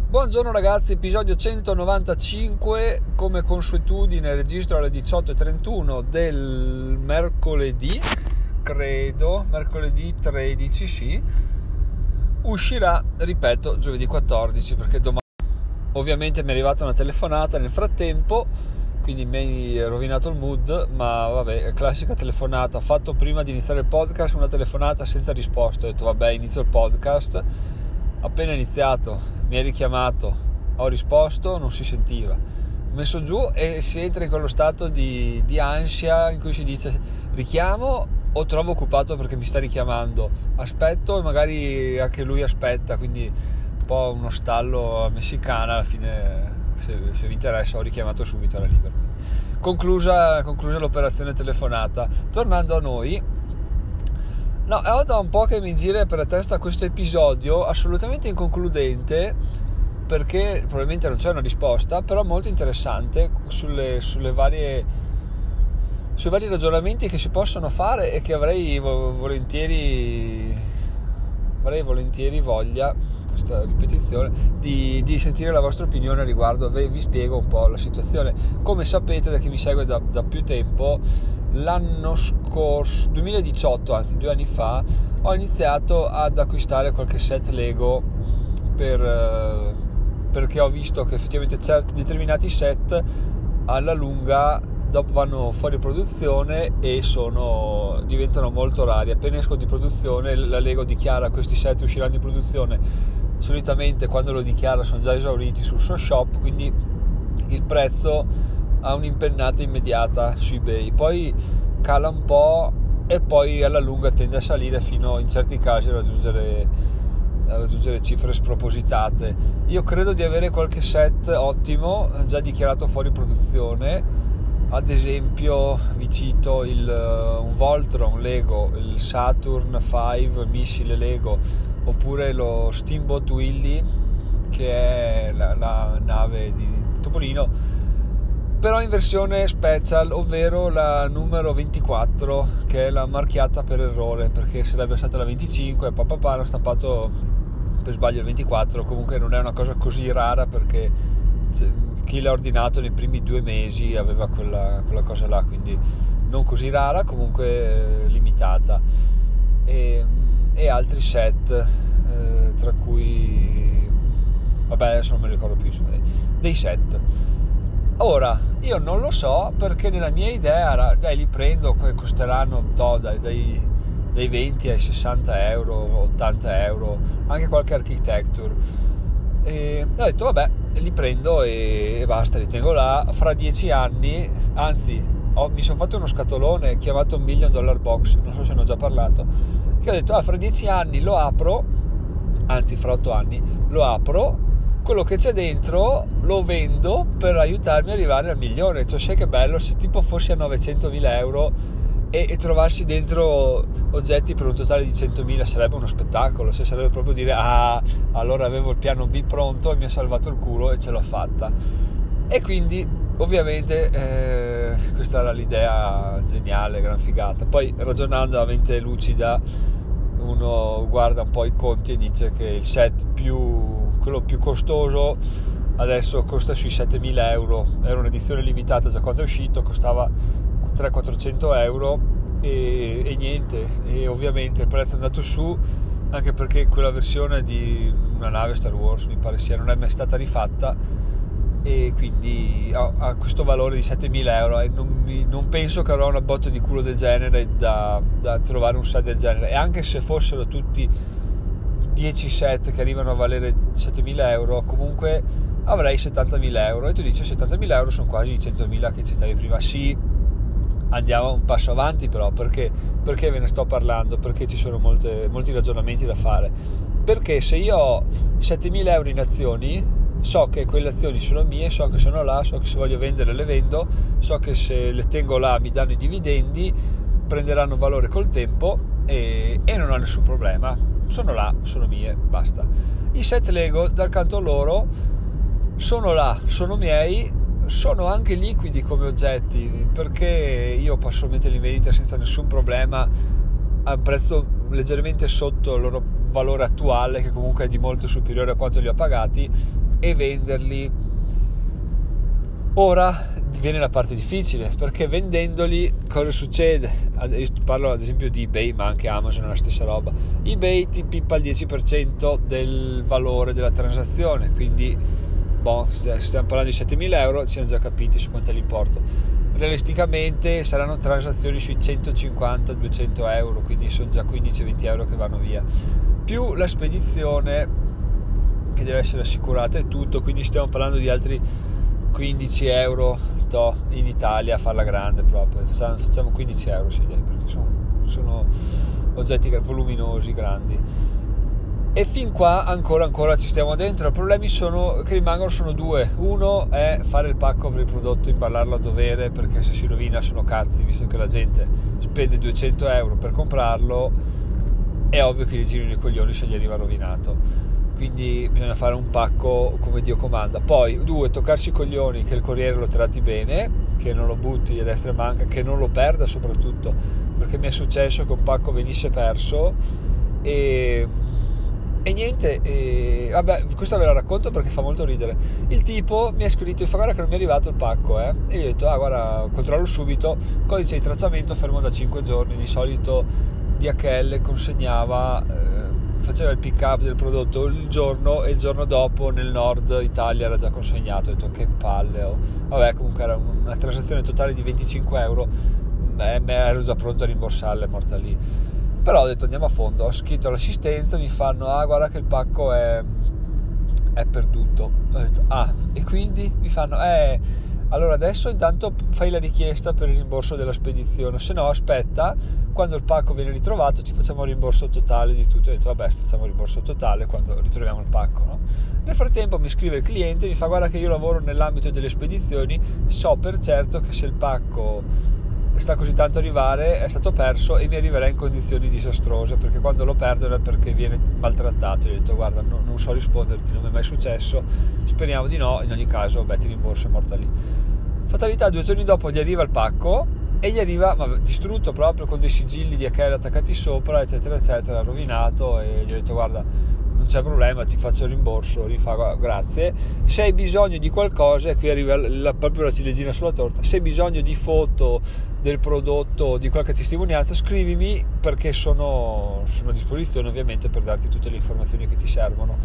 Buongiorno ragazzi, episodio 195, come consuetudine registro alle 18:31 del mercoledì 13, sì. Uscirà, ripeto, giovedì 14, perché domani ovviamente mi è arrivata una telefonata nel frattempo, quindi mi hai rovinato il mood, ma vabbè, classica telefonata. Ho fatto prima di iniziare il podcast una telefonata senza risposta, ho detto vabbè, inizio il podcast. Appena iniziato mi ha richiamato, ho risposto, non si sentiva, ho messo giù e si entra in quello stato di ansia in cui si dice richiamo o trovo occupato perché mi sta richiamando, aspetto e magari anche lui aspetta, quindi un po' uno stallo messicana. Alla fine, se vi interessa, ho richiamato subito, era libero. Conclusa l'operazione telefonata, tornando a noi. No, è da un po' che mi gira per la testa questo episodio assolutamente inconcludente, perché probabilmente non c'è una risposta, però molto interessante sui vari ragionamenti che si possono fare e che avrei volentieri voglia, questa ripetizione, di sentire la vostra opinione a riguardo. Vi spiego un po' la situazione. Come sapete, da chi mi segue da più tempo, l'anno scorso, 2018, anzi 2 anni fa, ho iniziato ad acquistare qualche set Lego perché ho visto che effettivamente determinati set alla lunga dopo vanno fuori produzione e diventano molto rari. Appena escono di produzione, la Lego dichiara questi set usciranno di produzione, solitamente quando lo dichiara sono già esauriti sul suo shop, quindi il prezzo ha un'impennata immediata su eBay, poi cala un po' e poi alla lunga tende a salire fino, in certi casi, a raggiungere cifre spropositate. Io credo di avere qualche set ottimo già dichiarato fuori produzione. Ad esempio vi cito un Voltron Lego, il Saturn V missile Lego, oppure lo Steamboat Willie, che è la nave di Topolino, però in versione special, ovvero la numero 24, che è la marchiata per errore, perché sarebbe stata la 25 e hanno stampato per sbaglio il 24. Comunque non è una cosa così rara, perché chi l'ha ordinato nei primi 2 mesi aveva quella cosa là, quindi non così rara, comunque limitata. E altri set, tra cui vabbè, adesso non me ne ricordo più, insomma, dei set. Ora, io non lo so, perché nella mia idea era, li prendo, costeranno dai 20 ai 60 euro, 80 euro, anche qualche Architecture. E ho detto vabbè, li prendo e basta, li tengo là. Fra 10 anni, anzi, mi sono fatto uno scatolone chiamato $1 Million Box, non so se ne ho già parlato, che ho detto fra 10 anni lo apro, anzi fra 8 anni lo apro, quello che c'è dentro lo vendo per aiutarmi ad arrivare al milione. Cioè, sai che bello se tipo fossi a 900.000 euro e trovassi dentro oggetti per un totale di 100.000, sarebbe uno spettacolo. Se sarebbe proprio dire allora avevo il piano B pronto e mi ha salvato il culo e ce l'ho fatta. E quindi ovviamente questa era l'idea geniale, gran figata. Poi, ragionando a mente lucida, uno guarda un po' i conti e dice che il set quello più costoso adesso costa sui 7.000 euro. Era un'edizione limitata già quando è uscito, costava 300-400 euro e niente. E ovviamente il prezzo è andato su, anche perché quella versione di una nave Star Wars, mi pare sia, non è mai stata rifatta, e quindi ha questo valore di 7.000 euro, e non penso che avrò una botta di culo del genere da trovare un set del genere. E anche se fossero tutti 10 set che arrivano a valere 7.000 euro, comunque avrei 70.000 euro. E tu dici 70.000 euro sono quasi i 100.000 che citavi prima. Sì, andiamo un passo avanti, però perché ve ne sto parlando? Perché ci sono molti ragionamenti da fare. Perché se io ho 7.000 euro in azioni, so che quelle azioni sono mie, so che sono là, so che se voglio vendere le vendo, so che se le tengo là mi danno i dividendi, prenderanno valore col tempo e non ho nessun problema. Sono là, sono mie, basta. I set Lego, dal canto loro, sono là, sono miei, sono anche liquidi come oggetti, perché io posso metterli in vendita senza nessun problema a un prezzo leggermente sotto il loro valore attuale, che comunque è di molto superiore a quanto li ho pagati, e venderli. Ora viene la parte difficile, perché vendendoli cosa succede? Io parlo ad esempio di eBay, ma anche Amazon è la stessa roba. eBay ti pippa il 10% del valore della transazione, quindi se stiamo parlando di 7.000 euro, ci siamo già capiti su quanto è l'importo. Realisticamente saranno transazioni sui 150-200 euro, quindi sono già 15-20 euro che vanno via, più la spedizione che deve essere assicurata e tutto, quindi stiamo parlando di altri 15 euro in Italia a farla grande proprio. Facciamo 15 euro, sì, perché sono oggetti voluminosi, grandi, e fin qua ancora ci stiamo dentro. I problemi che rimangono sono due. Uno è fare il pacco per il prodotto, imballarlo a dovere, perché se si rovina sono cazzi, visto che la gente spende 200 euro per comprarlo, è ovvio che gli girino i coglioni se gli arriva rovinato. Quindi bisogna fare un pacco come Dio comanda. Poi, due, toccarsi i coglioni che il corriere lo tratti bene, che non lo butti a destra e manca, che non lo perda soprattutto, perché mi è successo che un pacco venisse perso e niente, vabbè, questo ve lo racconto perché fa molto ridere. Il tipo mi ha scritto e fa: guarda che non mi è arrivato il pacco, e io gli ho detto: guarda, controllo subito, codice di tracciamento fermo da 5 giorni. Di solito DHL consegnava, faceva il pick up del prodotto il giorno, e il giorno dopo nel nord Italia era già consegnato. Ho detto: che palle, vabbè, comunque era una transazione totale di 25 euro, ero già pronto a rimborsarla, è morta lì. Però ho detto: andiamo a fondo. Ho scritto all'assistenza, mi fanno: guarda che il pacco è perduto. Ho detto: e quindi? Mi fanno: allora adesso intanto fai la richiesta per il rimborso della spedizione, se no aspetta, quando il pacco viene ritrovato ti facciamo il rimborso totale di tutto. Ho detto: vabbè, facciamo il rimborso totale quando ritroviamo il pacco, no? Nel frattempo mi scrive il cliente, mi fa: guarda che io lavoro nell'ambito delle spedizioni, so per certo che se il pacco sta così tanto arrivare è stato perso e mi arriverà in condizioni disastrose, perché quando lo perdono è perché viene maltrattato. Gli ho detto: guarda, non so risponderti, non mi è mai successo, speriamo di no, in ogni caso ti rimborso, è morta lì. Fatalità, 2 giorni dopo gli arriva il pacco, e gli arriva distrutto, proprio con dei sigilli di HL attaccati sopra, eccetera eccetera, rovinato. E gli ho detto: guarda, non c'è problema, ti faccio il rimborso. Gli fa: grazie, se hai bisogno di qualcosa, e qui arriva proprio la ciliegina sulla torta, se hai bisogno di foto del prodotto, di qualche testimonianza, scrivimi, perché sono a disposizione ovviamente per darti tutte le informazioni che ti servono.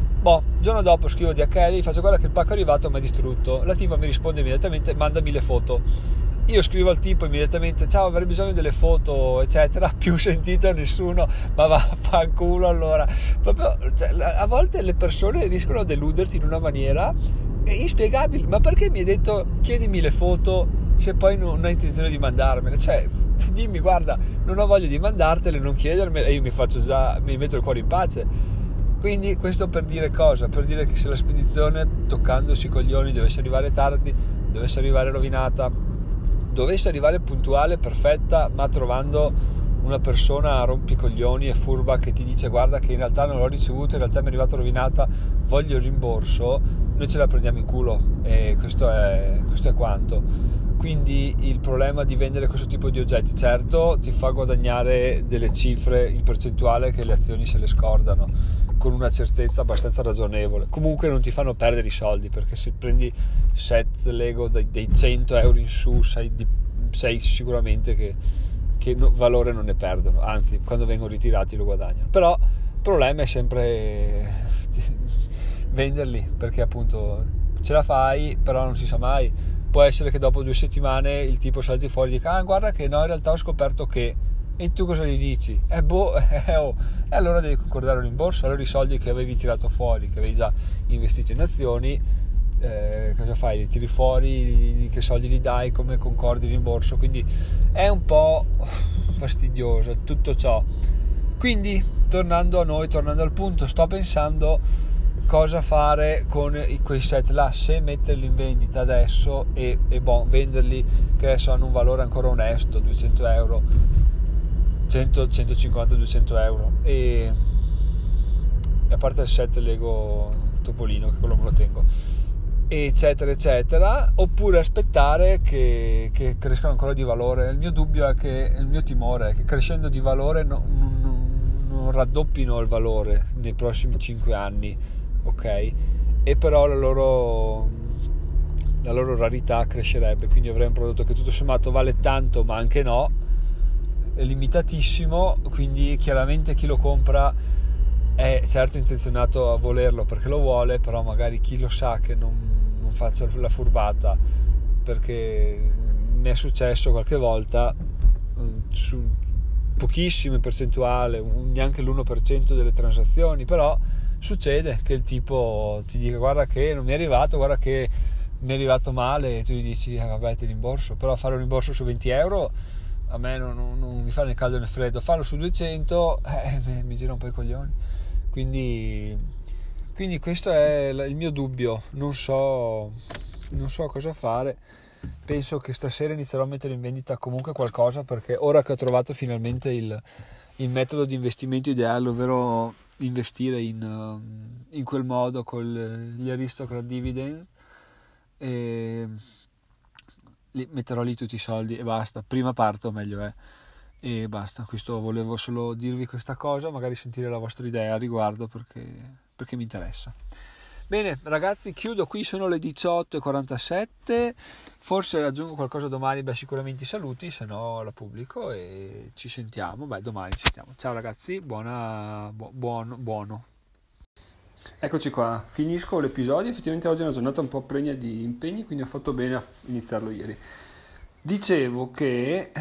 Il giorno dopo scrivo a DHL, gli faccio: guarda che il pacco è arrivato ma è distrutto. La tipa mi risponde immediatamente: mandami le foto. Io scrivo al tipo immediatamente: ciao, avrei bisogno delle foto, eccetera. Più sentito nessuno, ma vaffanculo. Allora, proprio, a volte le persone riescono a deluderti in una maniera inspiegabile. Ma perché mi hai detto chiedimi le foto se poi non hai intenzione di mandarmele? Cioè, dimmi: guarda, non ho voglia di mandartele, non chiedermele, e io mi metto il cuore in pace. Quindi questo per dire cosa? Per dire che se la spedizione, toccandosi i coglioni, dovesse arrivare tardi, dovesse arrivare rovinata, dovesse arrivare puntuale, perfetta, ma trovando una persona rompicoglioni e furba che ti dice: guarda che in realtà non l'ho ricevuto, in realtà mi è arrivata rovinata, voglio il rimborso, noi ce la prendiamo in culo, e questo è quanto. Quindi il problema di vendere questo tipo di oggetti, certo, ti fa guadagnare delle cifre in percentuale che le azioni se le scordano, con una certezza abbastanza ragionevole. Comunque non ti fanno perdere i soldi, perché se prendi set Lego dei 100 euro in su, sai sicuramente che valore non ne perdono, anzi quando vengono ritirati lo guadagnano. Però il problema è sempre venderli, perché appunto ce la fai, però non si sa mai. Può essere che dopo 2 settimane il tipo salti fuori e dica: guarda che no, in realtà ho scoperto che... E tu cosa gli dici? E allora devi concordare un rimborso. Allora i soldi che avevi tirato fuori, che avevi già investito in azioni, cosa fai? Li tiri fuori, che soldi gli dai, come concordi il rimborso? Quindi è un po' fastidioso tutto ciò. Quindi tornando al punto, sto pensando cosa fare con quei set là, se metterli in vendita adesso e venderli, che adesso hanno un valore ancora onesto, 200 euro, 150-200 euro, e a parte il set Lego Topolino, che quello me lo tengo, eccetera eccetera, oppure aspettare che crescano ancora di valore. Il mio timore è che crescendo di valore non raddoppino il valore nei prossimi 5 anni, ok? e però la loro rarità crescerebbe, quindi avrei un prodotto che tutto sommato vale tanto ma anche no, è limitatissimo, quindi chiaramente chi lo compra è certo intenzionato a volerlo perché lo vuole, però magari chi lo sa che non faccia la furbata, perché mi è successo qualche volta su pochissime percentuale, neanche l'1% delle transazioni, però succede che il tipo ti dica guarda che non mi è arrivato, guarda che mi è arrivato male, e tu gli dici vabbè ti rimborso, però fare un rimborso su 20 euro a me non mi fa né caldo né freddo, farlo su 200 mi gira un po' i coglioni, quindi questo è il mio dubbio, non so cosa fare. Penso che stasera inizierò a mettere in vendita comunque qualcosa, perché ora che ho trovato finalmente il metodo di investimento ideale, ovvero investire in quel modo con gli aristocrat dividend, e metterò lì tutti i soldi e basta, prima parto meglio è, e basta. Questo volevo solo dirvi questa cosa, magari sentire la vostra idea a riguardo, perché mi interessa. Bene ragazzi, chiudo qui, sono le 18:47, forse aggiungo qualcosa domani, sicuramente i saluti, se no la pubblico e ci sentiamo, domani ci sentiamo. Ciao ragazzi, buono. Eccoci qua, finisco l'episodio. Effettivamente oggi è una giornata un po' pregna di impegni, quindi ho fatto bene a iniziarlo ieri. Dicevo che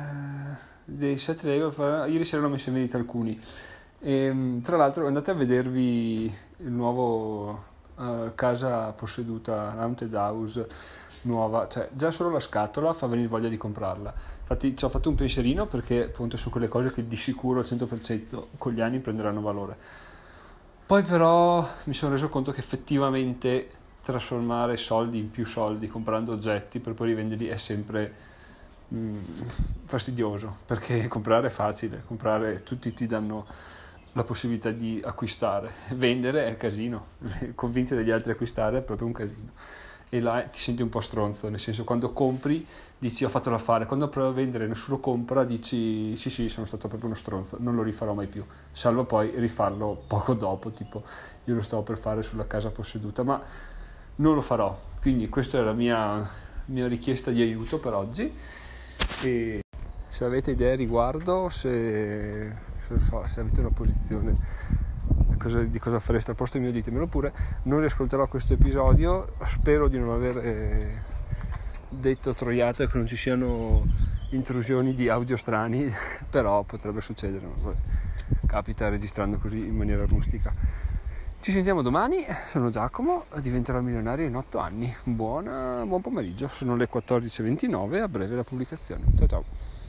dei 7 regole, ieri sera ne ho messo in vendita alcuni, e tra l'altro andate a vedervi il nuovo casa posseduta, Haunted House nuova, cioè già solo la scatola fa venire voglia di comprarla. Infatti ci ho fatto un pensierino, perché appunto sono quelle cose che di sicuro al 100% con gli anni prenderanno valore. Poi però mi sono reso conto che effettivamente trasformare soldi in più soldi comprando oggetti per poi rivenderli è sempre fastidioso, perché comprare è facile, comprare tutti ti danno la possibilità di acquistare, vendere è casino, convincere gli altri a acquistare è proprio un casino, e là ti senti un po' stronzo, nel senso, quando compri dici ho fatto l'affare, quando provi a vendere nessuno compra, dici sì sono stato proprio uno stronzo, non lo rifarò mai più, salvo poi rifarlo poco dopo, tipo io lo stavo per fare sulla casa posseduta, ma non lo farò. Quindi questa è la mia richiesta di aiuto per oggi, e se avete idee a riguardo, se avete una posizione di cosa fareste al posto mio, ditemelo pure. Non riascolterò questo episodio, spero di non aver detto troiate, che non ci siano intrusioni di audio strani, però potrebbe succedere, capita registrando così in maniera rustica. Ci sentiamo domani, sono Giacomo, diventerò milionario in 8 anni. Buon pomeriggio, sono le 14:29, a breve la pubblicazione. Ciao.